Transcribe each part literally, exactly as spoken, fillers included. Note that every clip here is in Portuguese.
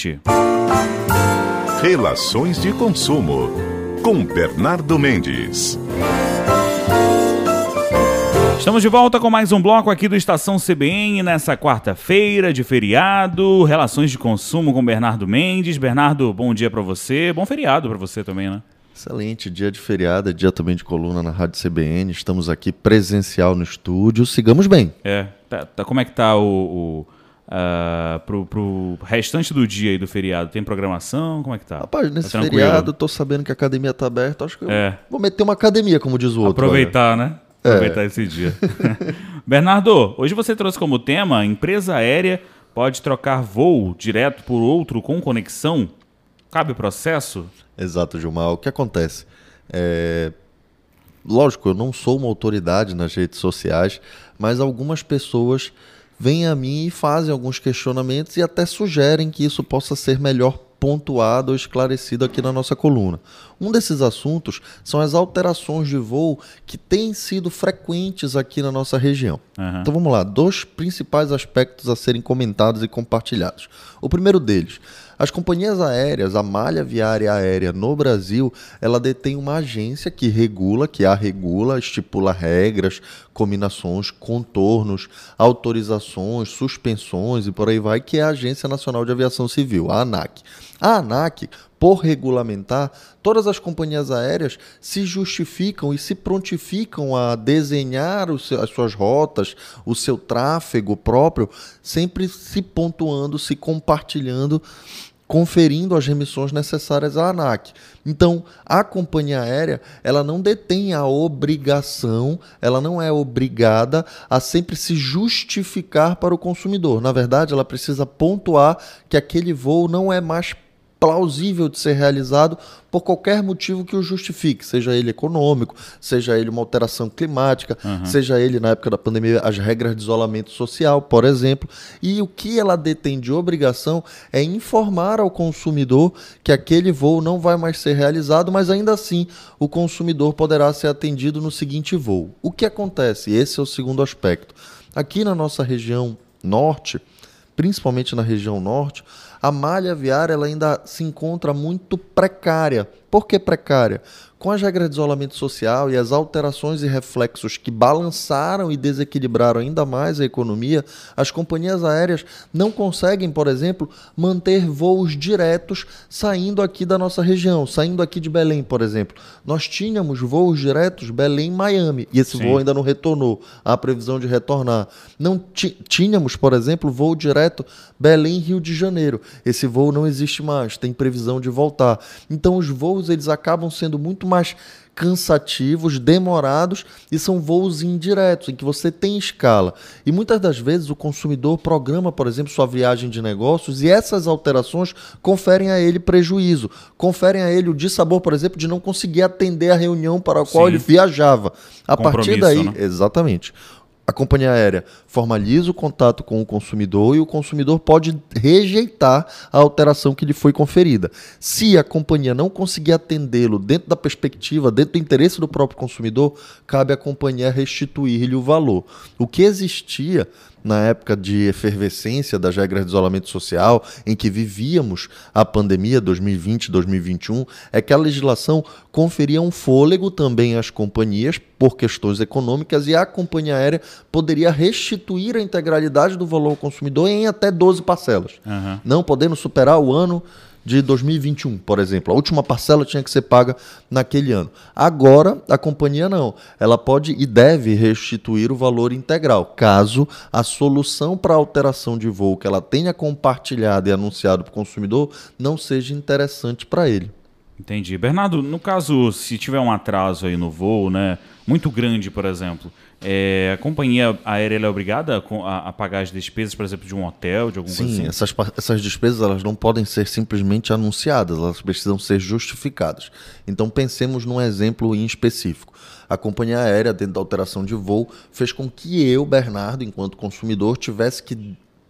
Relações de consumo, com Bernardo Mendes. Estamos de volta com mais um bloco aqui do Estação C B N nessa quarta-feira de feriado. Relações de consumo com Bernardo Mendes. Bernardo, bom dia para você. Bom feriado para você também, né? Excelente, dia de feriado, dia também de coluna na Rádio C B N. Estamos aqui presencial no estúdio. Sigamos bem. É, tá, tá, como é que tá o... o... Uh, pro, pro restante do dia aí do feriado, tem programação? Como é que tá? Rapaz, nesse tá feriado, tô sabendo que a academia tá aberta, acho que eu é. vou meter uma academia, como diz o outro. Aproveitar, olha. né? Aproveitar é. esse dia. Bernardo, hoje você trouxe como tema: empresa aérea pode trocar voo direto por outro com conexão? Cabe o processo? Exato, Gilmar. O que acontece? É... Lógico, eu não sou uma autoridade nas redes sociais, mas algumas pessoas vêm a mim e fazem alguns questionamentos e até sugerem que isso possa ser melhor pontuado ou esclarecido aqui na nossa coluna. Um desses assuntos são as alterações de voo que têm sido frequentes aqui na nossa região. Uhum. Então vamos lá, dois principais aspectos a serem comentados e compartilhados. O primeiro deles, as companhias aéreas, a malha viária aérea no Brasil, ela detém uma agência que regula, que a regula, estipula regras, combinações, contornos, autorizações, suspensões e por aí vai, que é a Agência Nacional de Aviação Civil, a ANAC. A ANAC, por regulamentar, todas as companhias aéreas se justificam e se prontificam a desenhar os, as suas rotas, o seu tráfego próprio, sempre se pontuando, se compartilhando, conferindo as remissões necessárias à ANAC. Então, a companhia aérea, ela não detém a obrigação, ela não é obrigada a sempre se justificar para o consumidor. Na verdade, ela precisa pontuar que aquele voo não é mais plausível de ser realizado por qualquer motivo que o justifique, seja ele econômico, seja ele uma alteração climática, uhum. seja ele, na época da pandemia, as regras de isolamento social, por exemplo. E o que ela detém de obrigação é informar ao consumidor que aquele voo não vai mais ser realizado, mas ainda assim o consumidor poderá ser atendido no seguinte voo. O que acontece? Esse é o segundo aspecto. Aqui na nossa região norte, principalmente na região norte, a malha viária ela ainda se encontra muito precária. Por que precária? Com as regras de isolamento social e as alterações e reflexos que balançaram e desequilibraram ainda mais a economia, as companhias aéreas não conseguem, por exemplo, manter voos diretos saindo aqui da nossa região, saindo aqui de Belém, por exemplo. Nós tínhamos voos diretos Belém-Miami e esse Sim. voo ainda não retornou, há previsão de retornar. Não tínhamos, por exemplo, voo direto Belém-Rio de Janeiro. Esse voo não existe mais, tem previsão de voltar. Então os voos eles acabam sendo muito mais cansativos, demorados e são voos indiretos, em que você tem escala. E muitas das vezes o consumidor programa, por exemplo, sua viagem de negócios e essas alterações conferem a ele prejuízo, conferem a ele o dissabor, por exemplo, de não conseguir atender a reunião para a qual Sim. ele viajava. A partir daí, né? Exatamente. A companhia aérea formaliza o contato com o consumidor e o consumidor pode rejeitar a alteração que lhe foi conferida. Se a companhia não conseguir atendê-lo dentro da perspectiva, dentro do interesse do próprio consumidor, cabe à companhia restituir-lhe o valor. O que existia na época de efervescência das regras de isolamento social, em que vivíamos a pandemia dois mil e vinte, dois mil e vinte e um, é que a legislação conferia um fôlego também às companhias por questões econômicas e a companhia aérea poderia restituir a integralidade do valor ao consumidor em até doze parcelas, uhum. não podendo superar o ano de dois mil e vinte e um, por exemplo. A última parcela tinha que ser paga naquele ano. Agora, a companhia não. Ela pode e deve restituir o valor integral, caso a solução para a alteração de voo que ela tenha compartilhado e anunciado para o consumidor não seja interessante para ele. Entendi. Bernardo, no caso, se tiver um atraso aí no voo, né, muito grande, por exemplo, é, a companhia aérea é obrigada a, a pagar as despesas, por exemplo, de um hotel, de algum Sim, coisa assim? essas, essas despesas elas não podem ser simplesmente anunciadas, elas precisam ser justificadas. Então pensemos num exemplo em específico. A companhia aérea, dentro da alteração de voo, fez com que eu, Bernardo, enquanto consumidor, tivesse que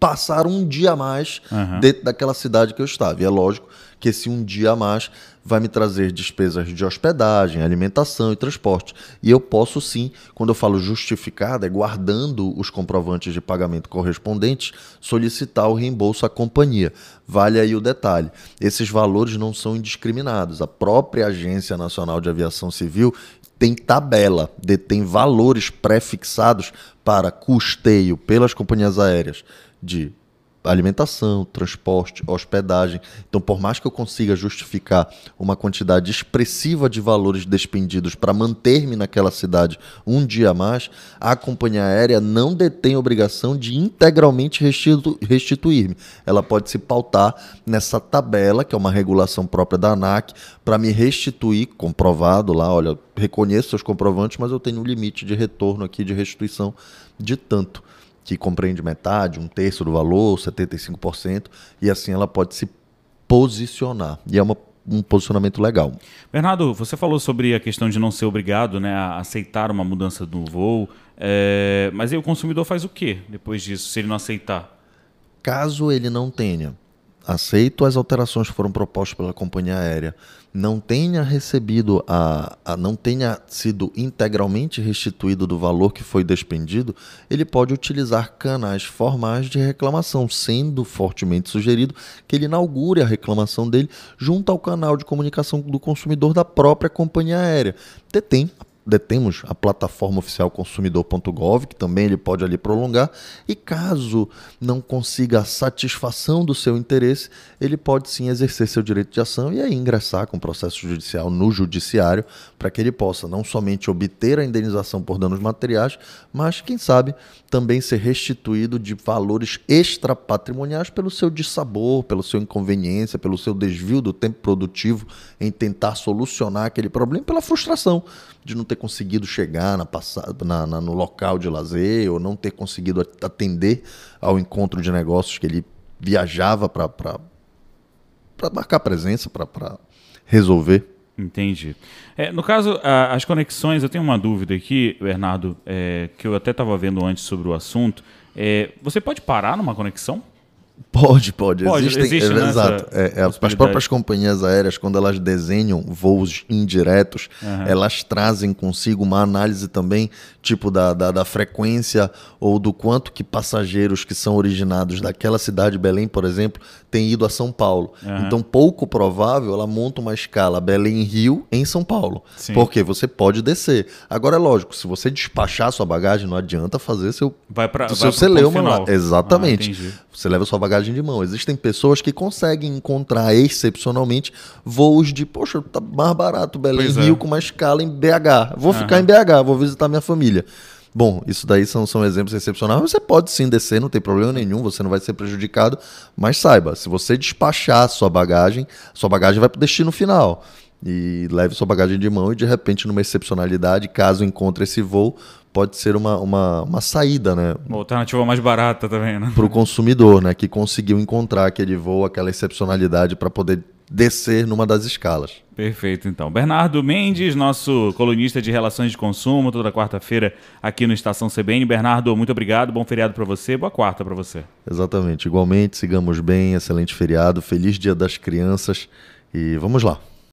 passar um dia a mais uhum. dentro daquela cidade que eu estava. E é lógico que esse um dia a mais vai me trazer despesas de hospedagem, alimentação e transporte. E eu posso sim, quando eu falo justificada, é guardando os comprovantes de pagamento correspondentes, solicitar o reembolso à companhia. Vale aí o detalhe, esses valores não são indiscriminados. A própria Agência Nacional de Aviação Civil tem tabela, detém valores pré-fixados para custeio pelas companhias aéreas de alimentação, transporte, hospedagem. Então, por mais que eu consiga justificar uma quantidade expressiva de valores despendidos para manter-me naquela cidade um dia a mais, a companhia aérea não detém a obrigação de integralmente restitu- restituir-me. Ela pode se pautar nessa tabela, que é uma regulação própria da ANAC, para me restituir, comprovado lá, olha, reconheço seus comprovantes, mas eu tenho um limite de retorno aqui, de restituição de tanto, que compreende metade, um terço do valor, setenta e cinco por cento, e assim ela pode se posicionar. E é uma, um posicionamento legal. Bernardo, você falou sobre a questão de não ser obrigado, né, a aceitar uma mudança do voo, é, mas aí o consumidor faz o quê depois disso, se ele não aceitar? Caso ele não tenha aceito as alterações que foram propostas pela companhia aérea, não tenha recebido, a, a, não tenha sido integralmente restituído do valor que foi despendido, ele pode utilizar canais formais de reclamação, sendo fortemente sugerido que ele inaugure a reclamação dele junto ao canal de comunicação do consumidor da própria companhia aérea. Detém Detemos a plataforma oficial consumidor ponto gov, que também ele pode ali prolongar, e caso não consiga a satisfação do seu interesse, ele pode sim exercer seu direito de ação e aí ingressar com processo judicial no judiciário, para que ele possa não somente obter a indenização por danos materiais, mas quem sabe também ser restituído de valores extrapatrimoniais pelo seu dissabor, pelo seu inconveniência, pelo seu desvio do tempo produtivo em tentar solucionar aquele problema, pela frustração de não ter conseguido chegar na passada, na, na, no local de lazer, ou não ter conseguido atender ao encontro de negócios que ele viajava para marcar presença, para resolver. Entendi. É, no caso, a, as conexões, eu tenho uma dúvida aqui, Bernardo, é, que eu até estava vendo antes sobre o assunto. É, você pode parar numa conexão? Pode, pode. pode Existem, existe, é, né, exato. É, é, as próprias companhias aéreas, quando elas desenham voos indiretos, uhum. elas trazem consigo uma análise também, tipo da, da, da frequência ou do quanto que passageiros que são originados daquela cidade, Belém, por exemplo, têm ido a São Paulo. Uhum. Então, pouco provável, ela monta uma escala Belém-Rio em São Paulo. Sim. Porque você pode descer. Agora, é lógico, se você despachar sua bagagem, não adianta fazer seu, vai pra, do vai seu celeuma lá. Exatamente. Ah, você leva sua bagagem de mão. Existem pessoas que conseguem encontrar excepcionalmente voos de, poxa, tá mais barato Belém-Rio é. com uma escala em B H. Vou uhum. ficar em B H, vou visitar minha família. Bom, isso daí são, são exemplos excepcionais. Você pode sim descer, não tem problema nenhum, você não vai ser prejudicado, mas saiba, se você despachar sua bagagem, sua bagagem vai para o destino final. E leve sua bagagem de mão e de repente numa excepcionalidade, caso encontre esse voo, pode ser uma, uma, uma saída, né? Uma alternativa mais barata também, né? Para o consumidor, né? Que conseguiu encontrar aquele voo, aquela excepcionalidade para poder descer numa das escalas. Perfeito, então. Bernardo Mendes, nosso colunista de Relações de Consumo, toda quarta-feira aqui no Estação C B N. Bernardo, muito obrigado, bom feriado para você, boa quarta para você. Exatamente, igualmente, sigamos bem, excelente feriado, feliz Dia das Crianças e vamos lá.